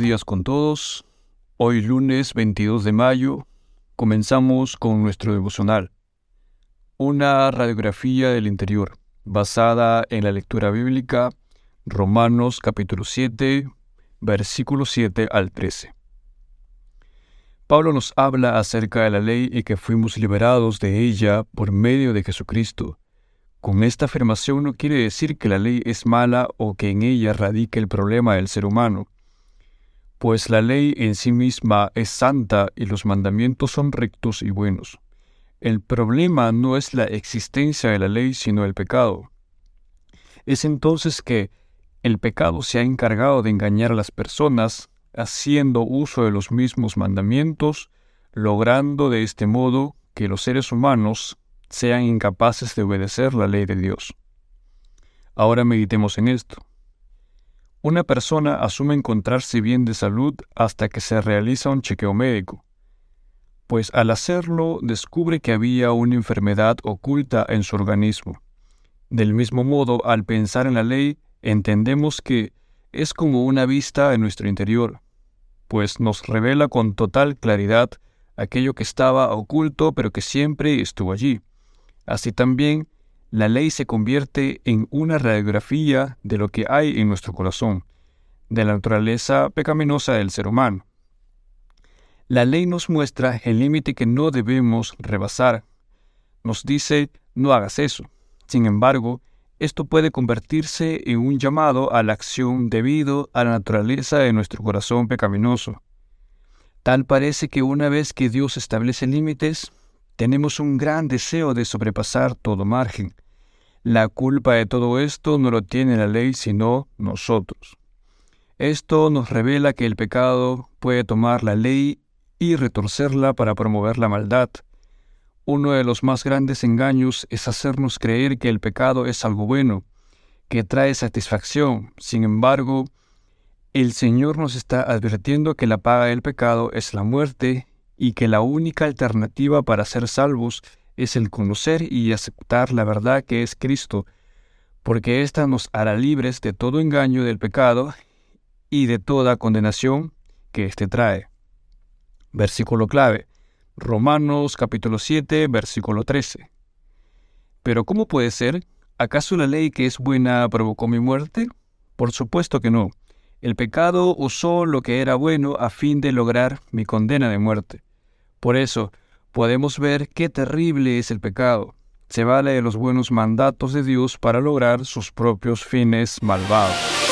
días con todos. Hoy lunes 22 de mayo comenzamos con nuestro devocional. Una radiografía del interior basada en la lectura bíblica Romanos capítulo 7, versículos 7 al 13. Pablo nos habla acerca de la ley y que fuimos liberados de ella por medio de Jesucristo. Con esta afirmación no quiere decir que la ley es mala o que en ella radique el problema del ser humano, pues la ley en sí misma es santa y los mandamientos son rectos y buenos. El problema no es la existencia de la ley, sino el pecado. Es entonces que el pecado se ha encargado de engañar a las personas, haciendo uso de los mismos mandamientos, logrando de este modo que los seres humanos sean incapaces de obedecer la ley de Dios. Ahora meditemos en esto. Una persona asume encontrarse bien de salud hasta que se realiza un chequeo médico, pues al hacerlo descubre que había una enfermedad oculta en su organismo. Del mismo modo, al pensar en la ley, entendemos que es como una vista en nuestro interior, pues nos revela con total claridad aquello que estaba oculto pero que siempre estuvo allí. Así también, la ley se convierte en una radiografía de lo que hay en nuestro corazón, de la naturaleza pecaminosa del ser humano. La ley nos muestra el límite que no debemos rebasar. Nos dice, no hagas eso. Sin embargo, esto puede convertirse en un llamado a la acción debido a la naturaleza de nuestro corazón pecaminoso. Tal parece que una vez que Dios establece límites, tenemos un gran deseo de sobrepasar todo margen. La culpa de todo esto no lo tiene la ley, sino nosotros. Esto nos revela que el pecado puede tomar la ley y retorcerla para promover la maldad. Uno de los más grandes engaños es hacernos creer que el pecado es algo bueno, que trae satisfacción. Sin embargo, el Señor nos está advirtiendo que la paga del pecado es la muerte y que la única alternativa para ser salvos es el conocer y aceptar la verdad que es Cristo, porque ésta nos hará libres de todo engaño del pecado y de toda condenación que éste trae. Versículo clave, Romanos capítulo 7, versículo 13. ¿Pero cómo puede ser? ¿Acaso la ley que es buena provocó mi muerte? Por supuesto que no. El pecado usó lo que era bueno a fin de lograr mi condena de muerte. Por eso, podemos ver qué terrible es el pecado. Se vale de los buenos mandatos de Dios para lograr sus propios fines malvados.